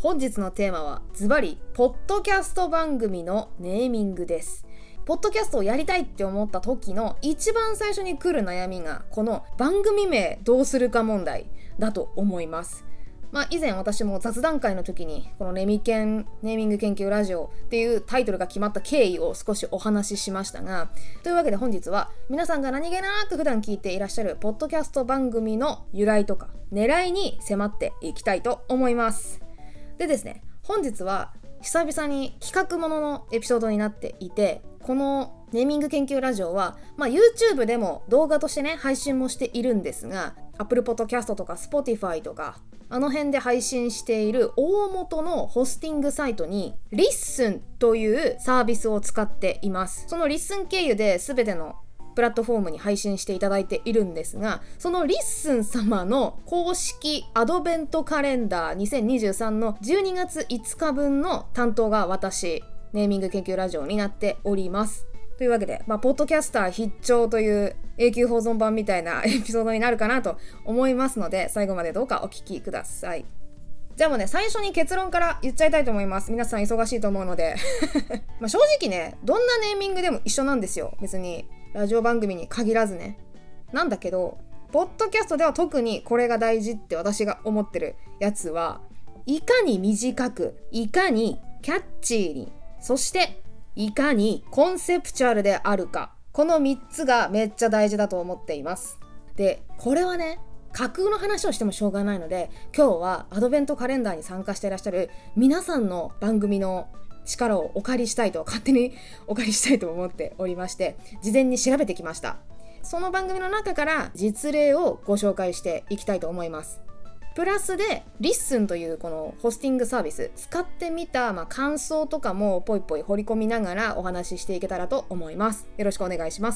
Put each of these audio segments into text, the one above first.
本日のテーマはズバリポッドキャスト番組のネーミングです。ポッドキャストをやりたいって思った時の一番最初に来る悩みがこの番組名どうするか問題だと思います。以前私も雑談会の時にこのネーミング研究ラジオっていうタイトルが決まった経緯を少しお話ししましたが、というわけで本日は皆さんが何気なく普段聞いていらっしゃるポッドキャスト番組の由来とか狙いに迫っていきたいと思います。でですね、本日は久々に企画もののエピソードになっていて、このネーミング研究ラジオは、YouTube でも動画としてね配信もしているんですが、 Apple Podcast とか Spotify とかあの辺で配信している大元のホスティングサイトにリッスンというサービスを使っています。そのリッスン経由で全てのプラットフォームに配信していただいているんですが、そのリッスン様の公式アドベントカレンダー2023の12月5日分の担当が私、ネーミング研究ラジオになっております。というわけで、ポッドキャスター必聴という永久保存版みたいなエピソードになるかなと思いますので、最後までどうかお聞きください。じゃあもうね、最初に結論から言っちゃいたいと思います。皆さん忙しいと思うので正直ね、どんなネーミングでも一緒なんですよ。別にラジオ番組に限らずね。なんだけどポッドキャストでは特にこれが大事って私が思ってるやつは、いかに短く、いかにキャッチーに、そしていかにコンセプチュアルであるか、この3つがめっちゃ大事だと思っています。で、これはね、架空の話をしてもしょうがないので、今日はアドベントカレンダーに参加していらっしゃる皆さんの番組の力をお借りしたいと、勝手にお借りしたいと思っておりまして、事前に調べてきました。その番組の中から実例をご紹介していきたいと思います。プラスでリッスンというこのホスティングサービス使ってみた、感想とかもポイポイ掘り込みながらお話ししていけたらと思います。よろしくお願いします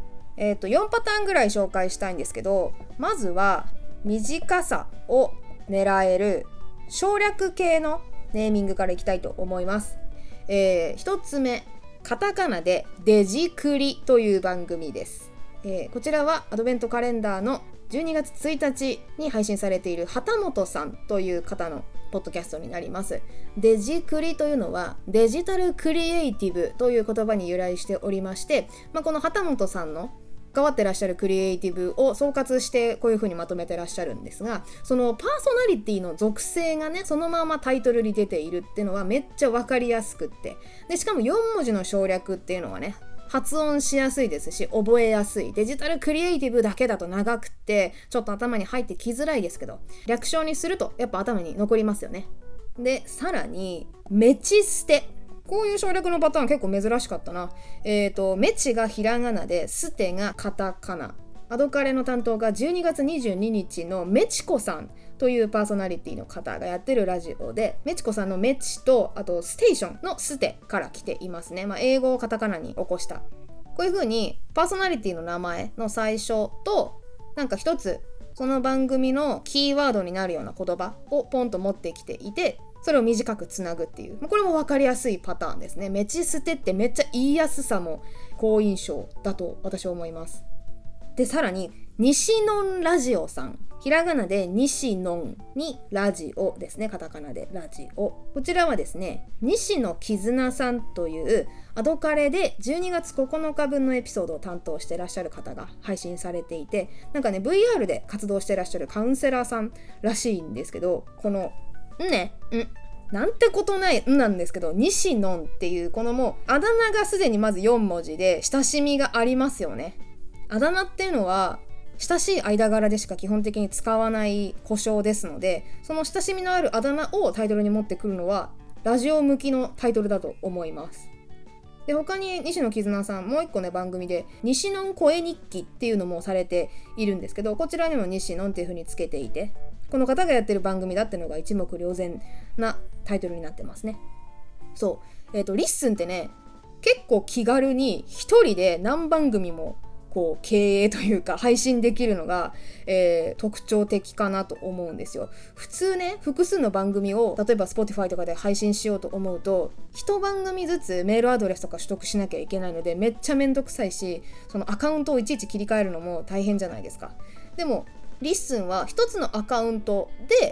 。4パターンぐらい紹介したいんですけど、まずは短さを狙える省略系のネーミングからいきたいと思います。1つ目、カタカナでデジクリという番組です。こちらはアドベントカレンダーの12月1日に配信されている旗本さんという方のポッドキャストになります。デジクリというのはデジタルクリエイティブという言葉に由来しておりまして、この旗本さんの関わってらっしゃるクリエイティブを総括してこういう風にまとめてらっしゃるんですが、そのパーソナリティの属性がね、そのままタイトルに出ているっていうのはめっちゃ分かりやすくって、でしかも4文字の省略っていうのはね、発音しやすいですし覚えやすい。デジタルクリエイティブだけだと長くってちょっと頭に入ってきづらいですけど、略称にするとやっぱ頭に残りますよね。で、さらにメチステ、こういう省略のパターン結構珍しかったな。メチがひらがなでステがカタカナ。アドカレの担当が12月22日のメチコさんというパーソナリティの方がやってるラジオで、メチコさんのメチとあとステーションのステから来ていますね。英語をカタカナに起こした。こういう風にパーソナリティの名前の最初となんか一つその番組のキーワードになるような言葉をポンと持ってきていて、それを短くつなぐっていう、これも分かりやすいパターンですね。メチステってめっちゃ言いやすさも好印象だと私は思います。で、さらに西のんラジオさん、ひらがなで西のんにラジオですね、カタカナでラジオ。こちらはですね、西野絆さんというアドカレで12月9日分のエピソードを担当していらっしゃる方が配信されていて、なんかね VR で活動していらっしゃるカウンセラーさんらしいんですけど、このなんてことないなんですけど、西野んっていうこのもうあだ名がすでにまず4文字で親しみがありますよね。あだ名っていうのは親しい間柄でしか基本的に使わない呼称ですので、その親しみのあるあだ名をタイトルに持ってくるのはラジオ向きのタイトルだと思います。で、他に西野絆さんもう一個ね番組で西野ん声日記っていうのもされているんですけど、こちらにも西野んっていう風につけていて、この方がやってる番組だっていうのが一目瞭然なタイトルになってますね。そう、リッスンってね、結構気軽に一人で何番組もこう経営というか配信できるのが、特徴的かなと思うんですよ。普通ね、複数の番組を例えば Spotify とかで配信しようと思うと、一番組ずつメールアドレスとか取得しなきゃいけないのでめっちゃめんどくさいし、そのアカウントをいちいち切り替えるのも大変じゃないですか。でもリッスンは一つのアカウントで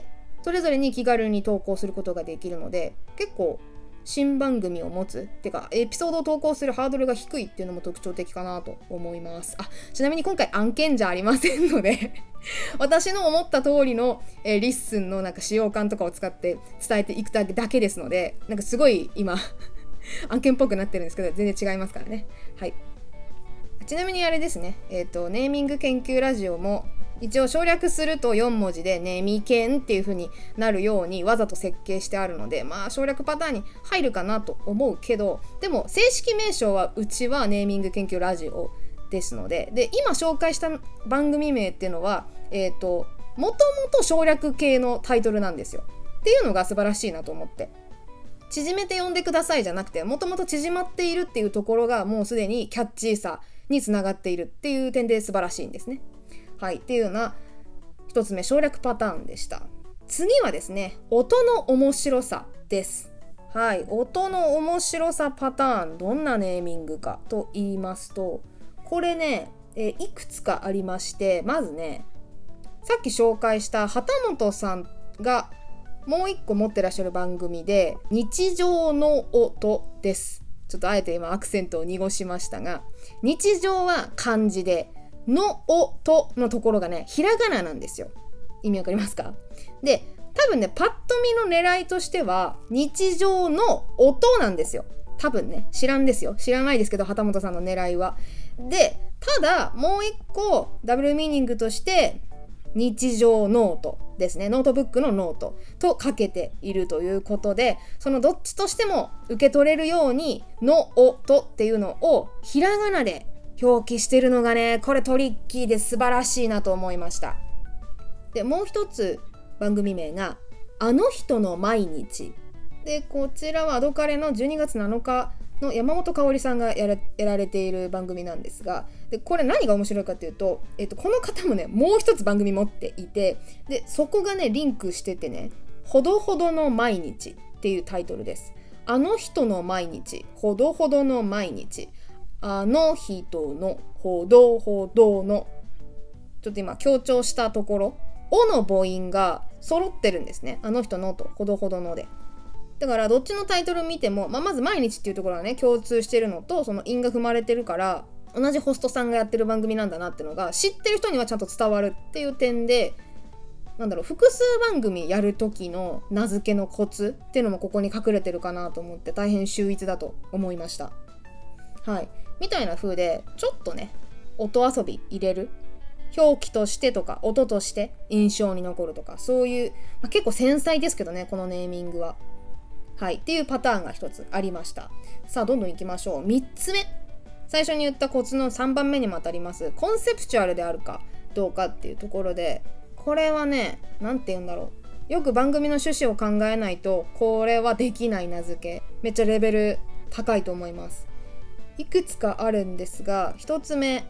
それぞれに気軽に投稿することができるので、結構新番組を持つってかエピソードを投稿するハードルが低いっていうのも特徴的かなと思います。ちなみに今回案件じゃありませんので私の思った通りの、リッスンのなんか使用感とかを使って伝えていくだけですので、なんかすごい今案件っぽくなってるんですけど全然違いますからね。はい。ちなみにあれですね、ネーミング研究ラジオも一応省略すると4文字でネミケンっていう風になるようにわざと設計してあるので、省略パターンに入るかなと思うけど、でも正式名称はうちはネーミング研究ラジオですので、今紹介した番組名っていうのはもともと省略系のタイトルなんですよっていうのが素晴らしいなと思って、縮めて呼んでくださいじゃなくて、もともと縮まっているっていうところがもうすでにキャッチーさにつながっているっていう点で素晴らしいんですね。はい、っていうような一つ目省略パターンでした。次はですね、音の面白さです。はい、音の面白さパターン、どんなネーミングかと言いますと、これね、いくつかありまして、まずね、さっき紹介した旗本さんがもう一個持ってらっしゃる番組で、日常の音です。ちょっとあえて今アクセントを濁しましたが、日常は漢字で、の音のところがね、ひらがななんですよ。意味わかりますか？で、多分ね、パッと見の狙いとしては、日常の音なんですよ。多分ね、知らないですけど、旗本さんの狙いは。で、ただ、もう一個、ダブルミーニングとして、日常ノートですね。ノートブックのノートとかけているということで、そのどっちとしても受け取れるように、の音っていうのをひらがなで表記してるのがね、これトリッキーで素晴らしいなと思いました。で、もう一つ番組名があの人の毎日で、こちらはアドカレの12月7日の山本香織さんがやられている番組なんですが、でこれ何が面白いかというと、この方もねもう一つ番組持っていて、でそこがねリンクしててね、ほどほどの毎日っていうタイトルです。あの人の毎日、ほどほどの毎日、あの人のほどほどの、ちょっと今強調したところ、おの母音が揃ってるんですね。あの人のとほどほどので。だからどっちのタイトル見ても、まず毎日っていうところはね共通してるのと、その韻が踏まれてるから同じホストさんがやってる番組なんだなってのが知ってる人にはちゃんと伝わるっていう点で、複数番組やる時の名付けのコツっていうのもここに隠れてるかなと思って、大変秀逸だと思いました。はい、みたいな風でちょっとね音遊び入れる、表記としてとか音として印象に残るとか、そういう、結構繊細ですけどね、このネーミングは。はい、っていうパターンが一つありました。さあどんどんいきましょう。3つ目、最初に言ったコツの3番目にも当たりますコンセプチュアルであるかどうかっていうところで、これはね、なんて言うんだろう、よく番組の趣旨を考えないとこれはできない名付け、めっちゃレベル高いと思います。いくつかあるんですが、1つ目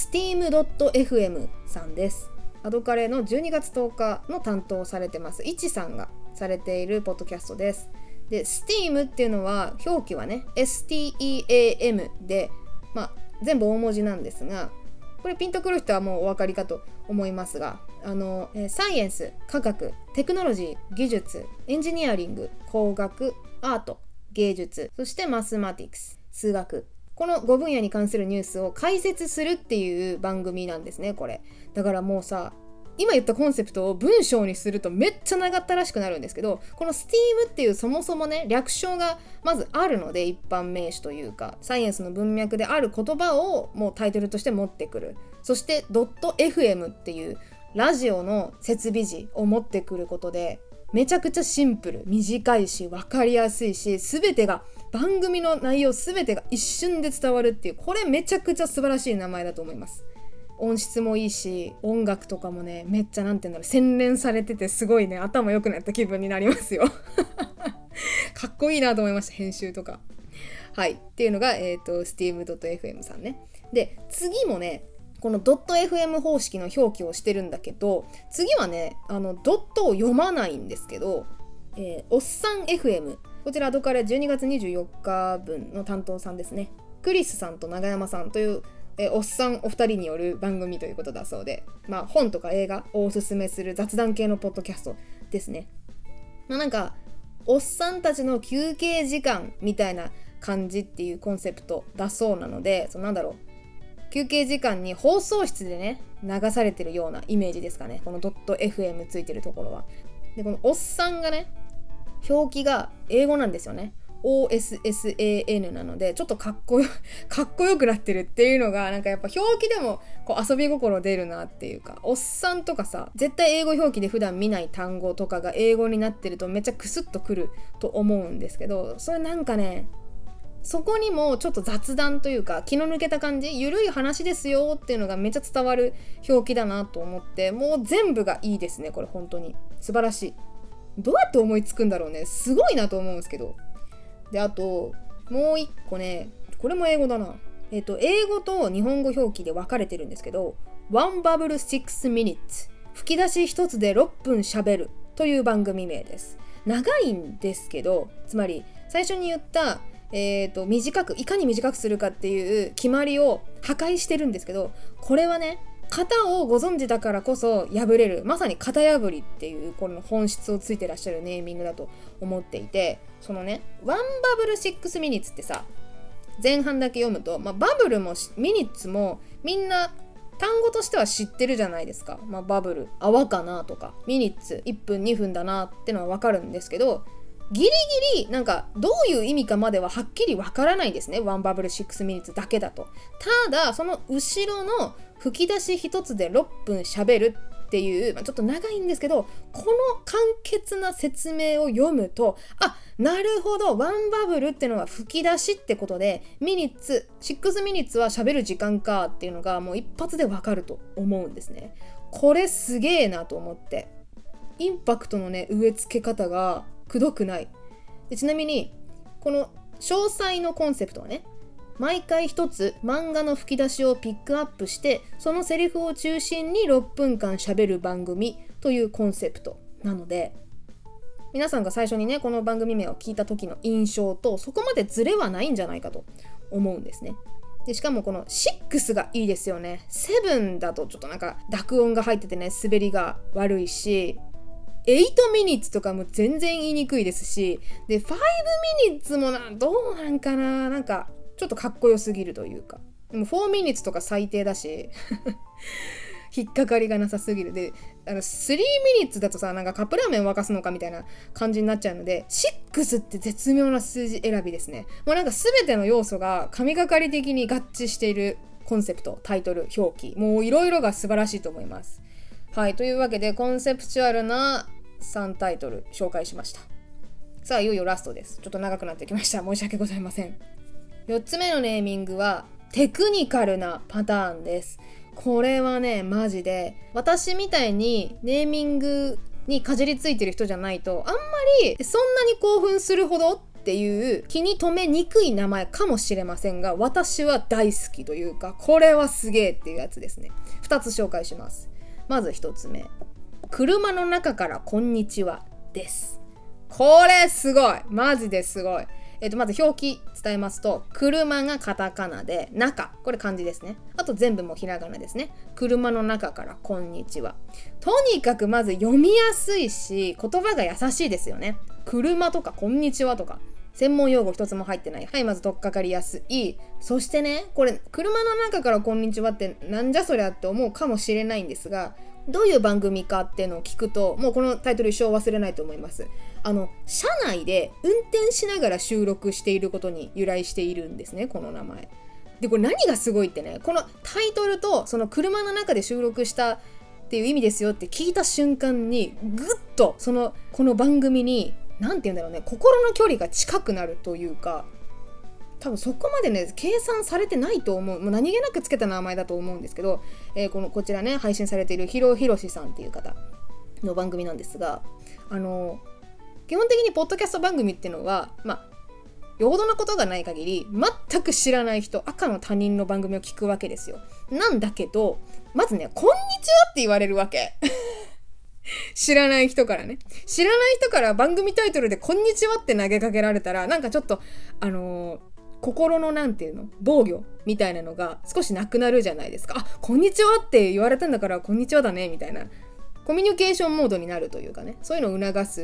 steam.fm さんです。アドカレの12月10日の担当をされてますいちさんがされているポッドキャストです。で、Steam っていうのは表記はね STEAM で、全部大文字なんですが、これピンとくる人はもうお分かりかと思いますが、サイエンス、科学、テクノロジー、技術、エンジニアリング、工学、アート、芸術、そしてマスマティクス、数学、この5分野に関するニュースを解説するっていう番組なんですね、これ。だからもうさ、今言ったコンセプトを文章にするとめっちゃ長ったらしくなるんですけど、この STEAM っていうそもそもね略称がまずあるので、一般名詞というかサイエンスの文脈である言葉をもうタイトルとして持ってくる。そして .fm っていうラジオの設備字を持ってくることで、めちゃくちゃシンプル、短いし分かりやすいし、全てが番組の内容全てが一瞬で伝わるっていう、これめちゃくちゃ素晴らしい名前だと思います。音質もいいし、音楽とかもねめっちゃ洗練されてて、すごいね頭良くなった気分になりますよかっこいいなと思いました、編集とか。はい、っていうのがsteam.fm さんね。で次もねこの .fm 方式の表記をしてるんだけど、次はねドットを読まないんですけど、おっさん FM、 こちらアドカレ12月24日分の担当さんですね。クリスさんと永山さんというおっさんお二人による番組ということだそうで、本とか映画をおすすめする雑談系のポッドキャストですね。 なんかおっさんたちの休憩時間みたいな感じっていうコンセプトだそうなので、休憩時間に放送室でね流されてるようなイメージですかね、この .fm ついてるところは。でこのおっさんがね表記が英語なんですよね。OSSAN なのでちょっとかっこよくなってるっていうのがなんかやっぱ表記でもこう遊び心出るなっていうか、おっさんとかさ絶対英語表記で普段見ない単語とかが英語になってるとめっちゃクスッとくると思うんですけど、それなんかねそこにもちょっと雑談というか気の抜けた感じ、ゆるい話ですよっていうのがめっちゃ伝わる表記だなと思って、もう全部がいいですね。これ本当に素晴らしい。どうやって思いつくんだろうね、すごいなと思うんですけど。であともう一個ね、これも英語だな。英語と日本語表記で分かれてるんですけど、One Bubble 6 Minutes 吹き出し一つで6分喋るという番組名です。長いんですけど、つまり最初に言ったいかに短くするかっていう決まりを破壊してるんですけど、これはね型をご存知だからこそ破れる、まさに型破りっていうこの本質をついてらっしゃるネーミングだと思っていて、そのねワンバブル6ミニッツってさ、前半だけ読むと、バブルもミニッツもみんな単語としては知ってるじゃないですか。バブル泡かなとか、ミニッツ1分2分だなってのはわかるんですけど、ギリギリなんかどういう意味かまでははっきりわからないですね、ワンバブル6ミニッツだけだと。ただその後ろの吹き出し一つで6分喋るっていう、ちょっと長いんですけど、この簡潔な説明を読むと、なるほど、ワンバブルってのは吹き出しってことで、6ミニッツは喋る時間かっていうのがもう一発でわかると思うんですね。これすげえなと思って、インパクトのね植え付け方がくどくない。でちなみにこの詳細のコンセプトはね、毎回一つ漫画の吹き出しをピックアップしてそのセリフを中心に6分間喋る番組というコンセプトなので、皆さんが最初にねこの番組名を聞いた時の印象とそこまでズレはないんじゃないかと思うんですね。でしかもこの6がいいですよね。7だとちょっとなんか濁音が入っててね滑りが悪いし、8ミニッツとかも全然言いにくいですし、で5ミニッツもどうなんかな、なんかちょっとかっこよすぎるというか、でも4ミニッツとか最低だし引っかかりがなさすぎる。で3ミニッツだとさ、なんかカップラーメン沸かすのかみたいな感じになっちゃうので、6って絶妙な数字選びですね。もうなんか全ての要素が神がかり的に合致しているコンセプト、タイトル、表記、もういろいろが素晴らしいと思います。はい、というわけでコンセプチュアルな3タイトル紹介しました。さあいよいよラストです。ちょっと長くなってきました。申し訳ございません。4つ目のネーミングはテクニカルなパターンです。これはねマジで私みたいにネーミングにかじりついてる人じゃないとあんまりそんなに興奮するほどっていう気に留めにくい名前かもしれませんが、私は大好きというか、これはすげえっていうやつですね。2つ紹介します。まず1つ目、車の中からこんにちはです。これすごい、マジですごい。まず表記伝えますと、車がカタカナで、中、これ漢字ですね。あと全部もひらがなですね。車の中からこんにちは。とにかくまず読みやすいし、言葉が優しいですよね。車とかこんにちはとか専門用語一つも入ってない。はい、まず取っかかりやすい。そしてね、これ車の中からこんにちはってなんじゃそりゃって思うかもしれないんですが、どういう番組かっていうのを聞くと、もうこのタイトル一生忘れないと思います。車内で運転しながら収録していることに由来しているんですね、この名前。で、これ何がすごいってね、このタイトルとその車の中で収録したっていう意味ですよって聞いた瞬間に、ぐっとこの番組に、なんて言うんだろうね、心の距離が近くなるというか、多分そこまでね計算されてないと思う。もう何気なくつけた名前だと思うんですけど、こちらね配信されているひろひろしさんっていう方の番組なんですが、基本的にポッドキャスト番組っていうのはよほどのことがない限り全く知らない人、赤の他人の番組を聞くわけですよ。なんだけどまずね、こんにちはって言われるわけ知らない人からね、知らない人から番組タイトルでこんにちはって投げかけられたら、なんかちょっと心のなんていうの、防御みたいなのが少しなくなるじゃないですか。あ、こんにちはって言われたんだからこんにちはだねみたいなコミュニケーションモードになるというかね、そういうのを促す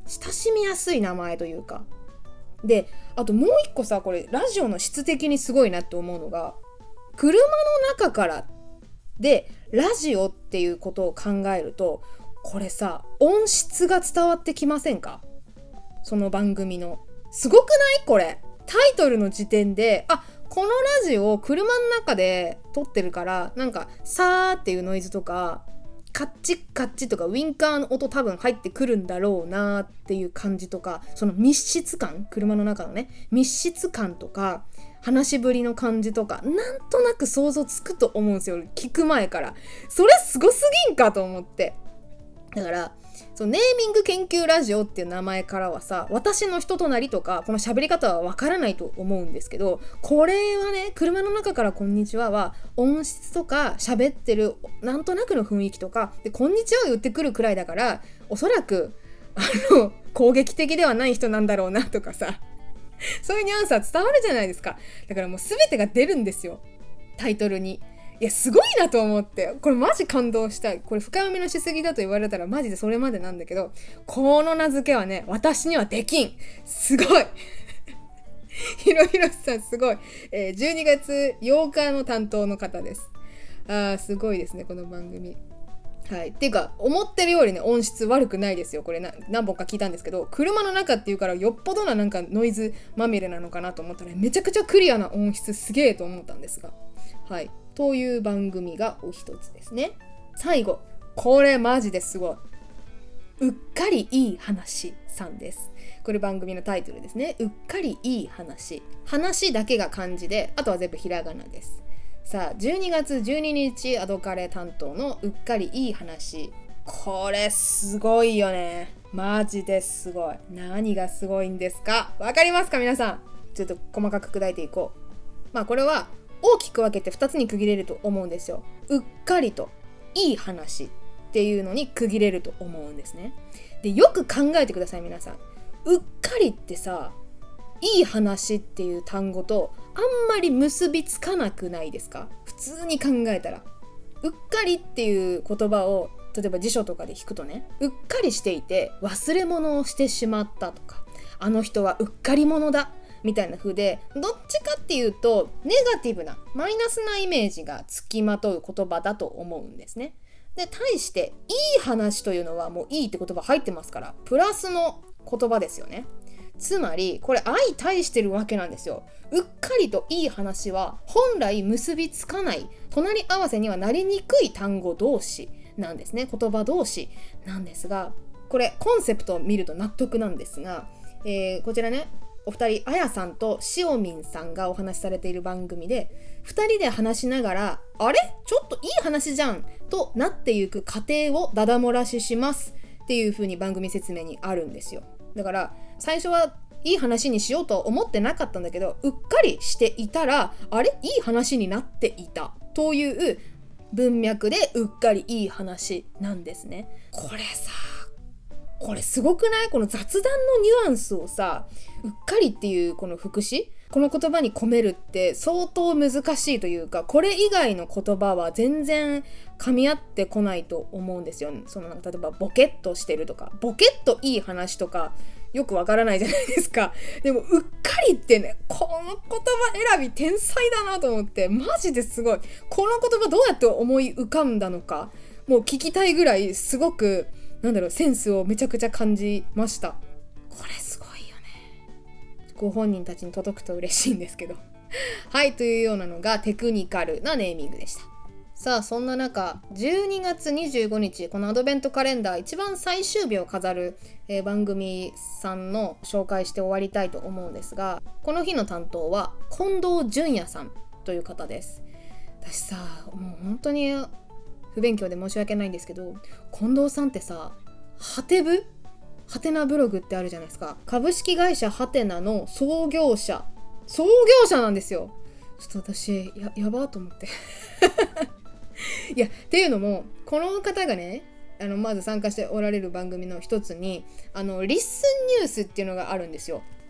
親しみやすい名前というか。で、あともう一個さ、これラジオの質的にすごいなって思うのが、車の中からでラジオっていうことを考えると、これさ、音質が伝わってきませんか？その番組の。すごくない？これ。タイトルの時点で、このラジオ車の中で撮ってるから、なんかサーっていうノイズとか、カッチカッチとかウィンカーの音多分入ってくるんだろうなっていう感じとか、その密室感、車の中のね、密室感とか、話しぶりの感じとか、なんとなく想像つくと思うんですよ。聞く前から。それすごすぎんかと思って。だから、そのネーミング研究ラジオっていう名前からはさ、私の人となりとかこの喋り方はわからないと思うんですけど、これはね、車の中からこんにちはは音質とか喋ってるなんとなくの雰囲気とかで、こんにちはを言ってくるくらいだから、おそらく攻撃的ではない人なんだろうなとかさ、そういうニュアンスは伝わるじゃないですか。だからもう全てが出るんですよ、タイトルに。いや、すごいなと思って、これマジ感動したい。これ深読みのしすぎだと言われたらマジでそれまでなんだけど、この名付けはね、私にはできん。すごいひろひろさんすごい、12月8日の担当の方です。すごいですね、この番組。はい。っていうか、思ってるよりね、音質悪くないですよ。これ何本か聞いたんですけど、車の中っていうからよっぽどななんかノイズまみれなのかなと思ったら、めちゃくちゃクリアな音質すげえと思ったんですが。はい。という番組がお一つですね。最後。これマジですごい。うっかりいい話さんです。これ番組のタイトルですね。うっかりいい話。話だけが漢字で、あとは全部ひらがなです。さあ、12月12日アドカレ担当のうっかりいい話。これすごいよね。マジですごい。何がすごいんですか？わかりますか皆さん？ちょっと細かく砕いていこう。これは大きく分けて2つに区切れると思うんですよ。うっかりといい話っていうのに区切れると思うんですね。で、よく考えてください皆さん。うっかりってさ、いい話っていう単語とあんまり結びつかなくないですか？普通に考えたら。うっかりっていう言葉を例えば辞書とかで引くとね、うっかりしていて忘れ物をしてしまったとか、あの人はうっかり者だみたいな風で、どっちかっていうとネガティブなマイナスなイメージがつきまとう言葉だと思うんですね。で、対していい話というのはもういいって言葉入ってますから、プラスの言葉ですよね。つまりこれ相対してるわけなんですよ。うっかりといい話は本来結びつかない、隣り合わせにはなりにくい単語同士なんですね。言葉同士なんですが、これコンセプトを見ると納得なんですが、こちらね、お二人、あやさんとしおみんさんがお話しされている番組で、二人で話しながら、あれ？ちょっといい話じゃんとなっていく過程をダダ漏らししますっていう風に番組説明にあるんですよ。だから最初はいい話にしようと思ってなかったんだけど、うっかりしていたら、あれ？いい話になっていたという文脈でうっかりいい話なんですね。これすごくない？この雑談のニュアンスをさ、うっかりっていうこの副詞、この言葉に込めるって相当難しいというか、これ以外の言葉は全然噛み合ってこないと思うんですよ。その例えばボケっとしてるとか、ボケっといい話とかよくわからないじゃないですか。でもうっかりってね、この言葉選び天才だなと思って、マジですごい。この言葉どうやって思い浮かんだのか、もう聞きたいぐらいすごくセンスをめちゃくちゃ感じました。これすごいよね。ご本人たちに届くと嬉しいんですけどはい、というようなのがテクニカルなネーミングでした。さあ、そんな中12月25日このアドベントカレンダー一番最終日を飾る、番組さんの紹介して終わりたいと思うんですが、この日の担当は近藤淳也さんという方です。私さ、もう本当に不勉強で申し訳ないんですけど、近藤さんってさ、ハテナブログってあるじゃないですか。株式会社ハテナの創業者なんですよ。ちょっと私 やばーと思っていや、っていうのもこの方がね、まず参加しておられる番組の一つにリッスンニュースっていうのがあるんですよ。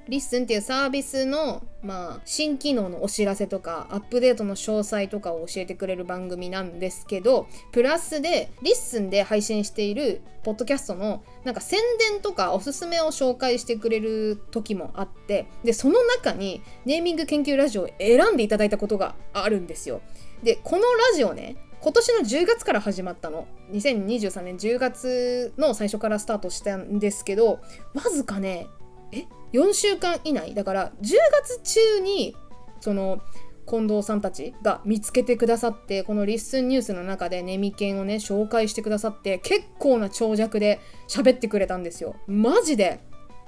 リッスンっていうサービスの、新機能のお知らせとかアップデートの詳細とかを教えてくれる番組なんですけど、プラスでリッスンで配信しているポッドキャストのなんか宣伝とかおすすめを紹介してくれる時もあって、でその中にネーミング研究ラジオを選んでいただいたことがあるんですよ。でこのラジオね、今年の10月から始まったの。2023年10月の最初からスタートしたんですけど、わずかね4週間以内だから、10月中にその近藤さんたちが見つけてくださって、このリッスンニュースの中でネミケンをね紹介してくださって、結構な長尺で喋ってくれたんですよ。マジで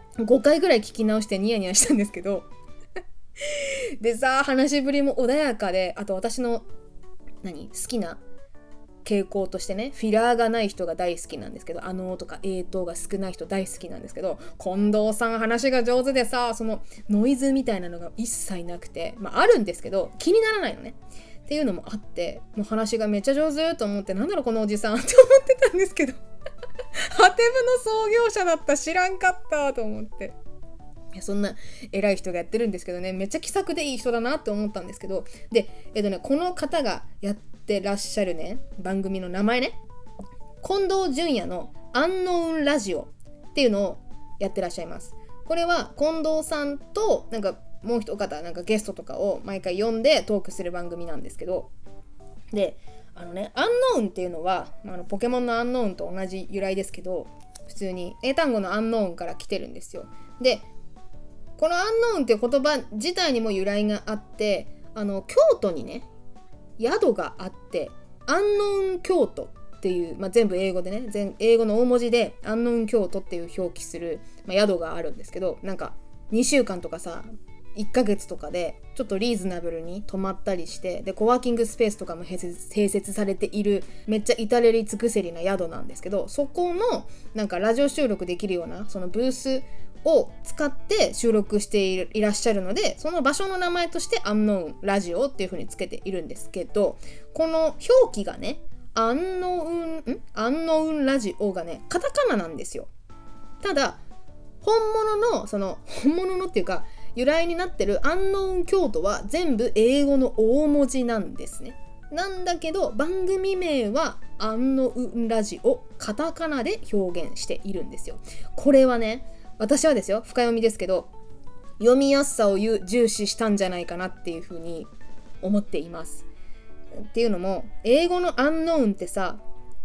5回ぐらい聞き直してニヤニヤしたんですけどでさ、話しぶりも穏やかで、あと私の好きな傾向としてね、フィラーがない人が大好きなんですけど、とかとが少ない人大好きなんですけど、近藤さん話が上手でさ、そのノイズみたいなのが一切なくて、あるんですけど気にならないのねっていうのもあって、もう話がめっちゃ上手と思って、なんだろうこのおじさんって思ってたんですけどハテブの創業者だった、知らんかったと思って、そんな偉い人がやってるんですけどね、めっちゃ気さくでいい人だなって思ったんですけど、でこの方がやってらっしゃるね番組の名前ね、近藤淳也のアンノウンラジオっていうのをやってらっしゃいます。これは近藤さんとなんかもう一方なんかゲストとかを毎回呼んでトークする番組なんですけど、でアンノウンっていうのは、ポケモンのアンノウンと同じ由来ですけど、普通に英単語のアンノウンから来てるんですよ。でこのアンノウンっていう言葉自体にも由来があって、京都にね宿があって、アンノウン京都っていう、全部英語でね、英語の大文字でアンノウン京都っていう表記する、宿があるんですけど、なんか2週間とかさ1ヶ月とかでちょっとリーズナブルに泊まったりして、でコワーキングスペースとかも併設されている、めっちゃ至れり尽くせりな宿なんですけど、そこのなんかラジオ収録できるようなそのブースを使って収録していらっしゃるので、その場所の名前としてアンノウンラジオっていう風につけているんですけど、この表記がねアンノウンラジオがねカタカナなんですよ。ただ本物のっていうか由来になってるアンノウン京都は全部英語の大文字なんですね。なんだけど番組名はアンノウンラジオカタカナで表現しているんですよ。これはね、私はですよ、深読みですけど、読みやすさを重視したんじゃないかなっていうふうに思っています。っていうのも、英語のアンノウンってさ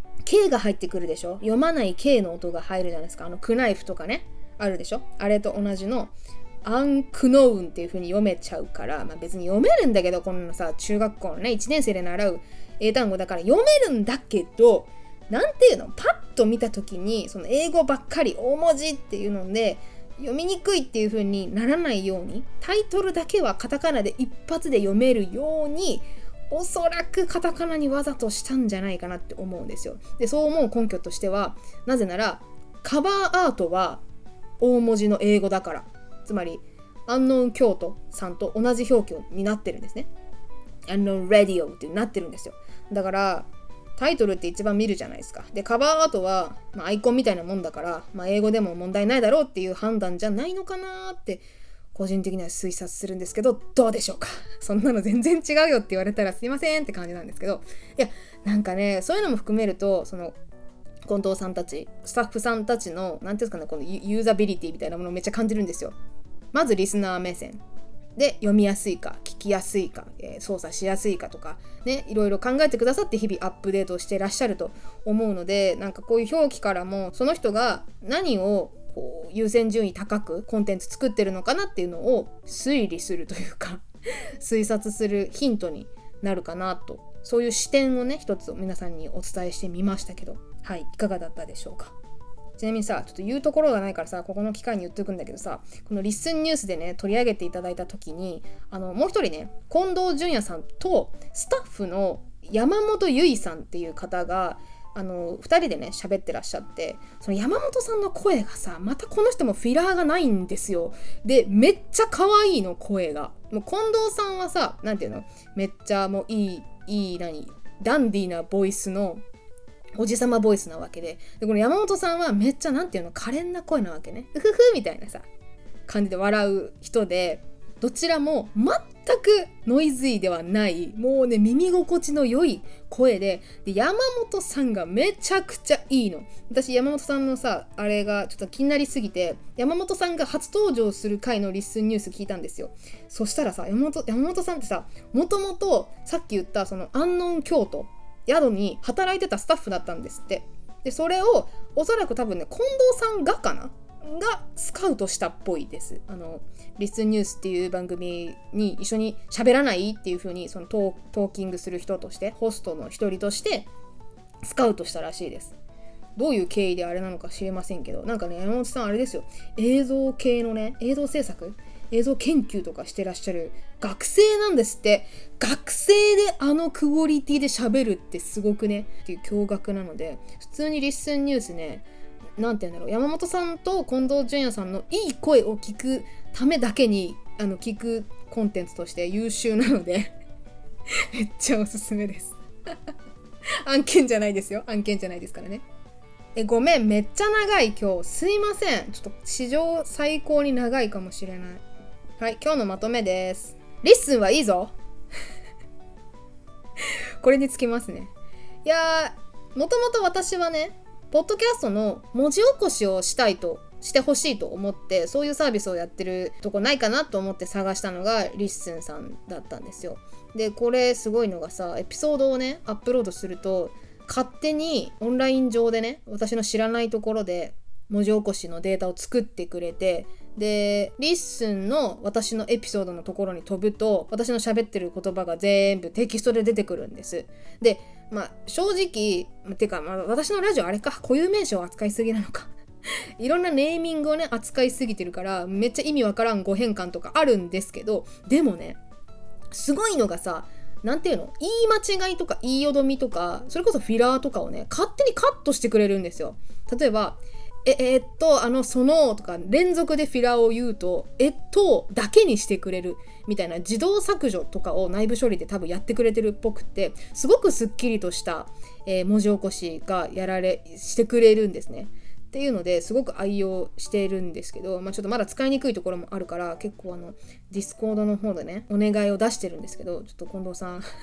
K が入ってくるでしょ。読まない K の音が入るじゃないですか。クナイフとかねあるでしょ。あれと同じのアンクノウンっていう風に読めちゃうから、別に読めるんだけど、このさ中学校のね1年生で習う英単語だから読めるんだけど、なんていうの、パッと見た時にその英語ばっかり大文字っていうので読みにくいっていう風にならないように、タイトルだけはカタカナで一発で読めるように、おそらくカタカナにわざとしたんじゃないかなって思うんですよ。でそう思う根拠としては、なぜならカバーアートは大文字の英語だから、つまりアンノウン京都さんと同じ表記になってるんですね。アンノウンラディオってなってるんですよ。だからタイトルって一番見るじゃないですか。でカバーアートは、アイコンみたいなもんだから、英語でも問題ないだろうっていう判断じゃないのかなって個人的には推察するんですけど、どうでしょうか。そんなの全然違うよって言われたらすいませんって感じなんですけど、いやなんかね、そういうのも含めると、その近藤さんたちスタッフさんたちのなんていうんですかね、このユーザビリティみたいなものをめっちゃ感じるんですよ。まずリスナー目線で読みやすいか聞きやすいか、操作しやすいかとかね、いろいろ考えてくださって日々アップデートしてらっしゃると思うので、なんかこういう表記からもその人が何をこう優先順位高くコンテンツ作ってるのかなっていうのを推理するというか推察するヒントになるかなと、そういう視点をね一つ皆さんにお伝えしてみましたけど、はい、いかがだったでしょうか。ちなみにさ、ちょっと言うところがないからさ、ここの機会に言っておくんだけどさ、このリッスンニュースでね取り上げていただいた時に、もう一人ね近藤淳也さんとスタッフの山本由依さんっていう方が2人でね喋ってらっしゃって、その山本さんの声がさ、またこの人もフィラーがないんですよ。でめっちゃ可愛いの、声が。もう近藤さんはさ、なんていうの、めっちゃもういいダンディーなボイスのおじさまボイスなわけで、この山本さんはめっちゃなんていうの、可憐な声なわけね。うふふみたいなさ感じで笑う人で、どちらも全くノイズイではない、もうね耳心地の良い声で、山本さんがめちゃくちゃいいの。私山本さんのさあれがちょっと気になりすぎて、山本さんが初登場する回のリッスンニュース聞いたんですよ。そしたらさ、山本さんってさ、もともとさっき言ったその安納京都宿に働いてたスタッフだったんですって。でそれをおそらく多分ね近藤さんがスカウトしたっぽいです。リッスンニュースっていう番組に一緒に喋らないっていう風にそのトーキングする人として、ホストの一人としてスカウトしたらしいです。どういう経緯であれなのか知れませんけど、なんかね山本さんあれですよ、映像系のね映像制作映像研究とかしてらっしゃる学生なんですって。学生であのクオリティで喋るってすごくねっていう驚愕なので、普通にリッスンニュースね、なんて言うんだろう、山本さんと近藤淳也さんのいい声を聞くためだけに聞くコンテンツとして優秀なのでめっちゃおすすめです案件じゃないですよ、案件じゃないですからね。ごめんめっちゃ長い今日、すいません。ちょっと史上最高に長いかもしれない。はい、今日のまとめです。リッスンはいいぞこれにつきますね。いやー、もともと私はねポッドキャストの文字起こしをしてほしいと思って、そういうサービスをやってるとこないかなと思って探したのがリッスンさんだったんですよ。でこれすごいのがさ、エピソードをねアップロードすると勝手にオンライン上でね、私の知らないところで文字起こしのデータを作ってくれて、でリッスンの私のエピソードのところに飛ぶと、私の喋ってる言葉が全部テキストで出てくるんです。で正直てか、私のラジオあれか、固有名詞を扱いすぎなのかいろんなネーミングをね扱いすぎてるからめっちゃ意味わからん語変換とかあるんですけど、でもねすごいのがさ、なんていうの、言い間違いとか言いよどみとか、それこそフィラーとかをね勝手にカットしてくれるんですよ。例えばそのとか連続でフィラーを言うとだけにしてくれるみたいな自動削除とかを内部処理で多分やってくれてるっぽくって、すごくスッキリとした、文字起こしがしてくれるんですね。っていうのですごく愛用しているんですけど、ちょっとまだ使いにくいところもあるから結構ディスコードの方でねお願いを出してるんですけど、ちょっと近藤さん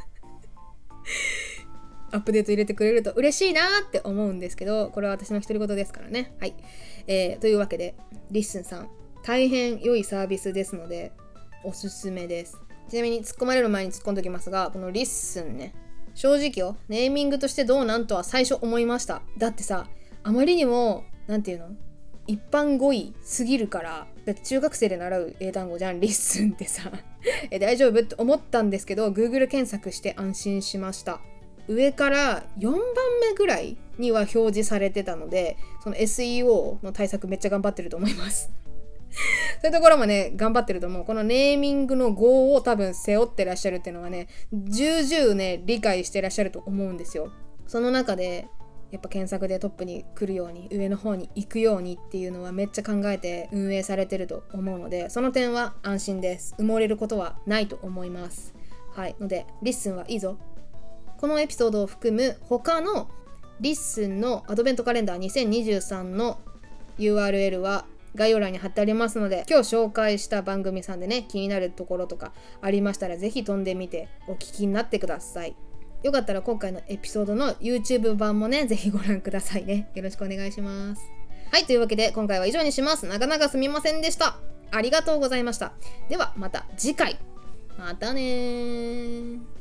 アップデート入れてくれると嬉しいなって思うんですけど、これは私の独り言ですからね。はい、というわけでリッスンさん大変良いサービスですのでおすすめです。ちなみに突っ込まれる前に突っ込んでおきますが、このリッスンね、正直よネーミングとしてどうなんとは最初思いました。だってさ、あまりにもなんていうの、一般語彙すぎるから。だって中学生で習う英単語じゃんリッスンってさ大丈夫って思ったんですけど、 Google 検索して安心しました。上から4番目ぐらいには表示されてたので、その SEO の対策めっちゃ頑張ってると思いますそういうところもね頑張ってると思う。このネーミングの語を多分背負ってらっしゃるっていうのはね重々ね理解してらっしゃると思うんですよ。その中でやっぱ検索でトップに来るように、上の方に行くようにっていうのはめっちゃ考えて運営されてると思うので、その点は安心です。埋もれることはないと思います。はいのでリッスンはいいぞ。このエピソードを含む他のリッスンのアドベントカレンダー2023の URL は概要欄に貼ってありますので、今日紹介した番組さんでね気になるところとかありましたらぜひ飛んでみてお聞きになってください。よかったら今回のエピソードの YouTube 版もねぜひご覧くださいね。よろしくお願いします。はい、というわけで今回は以上にします。なかなかすみませんでした。ありがとうございました。ではまた次回。またねー。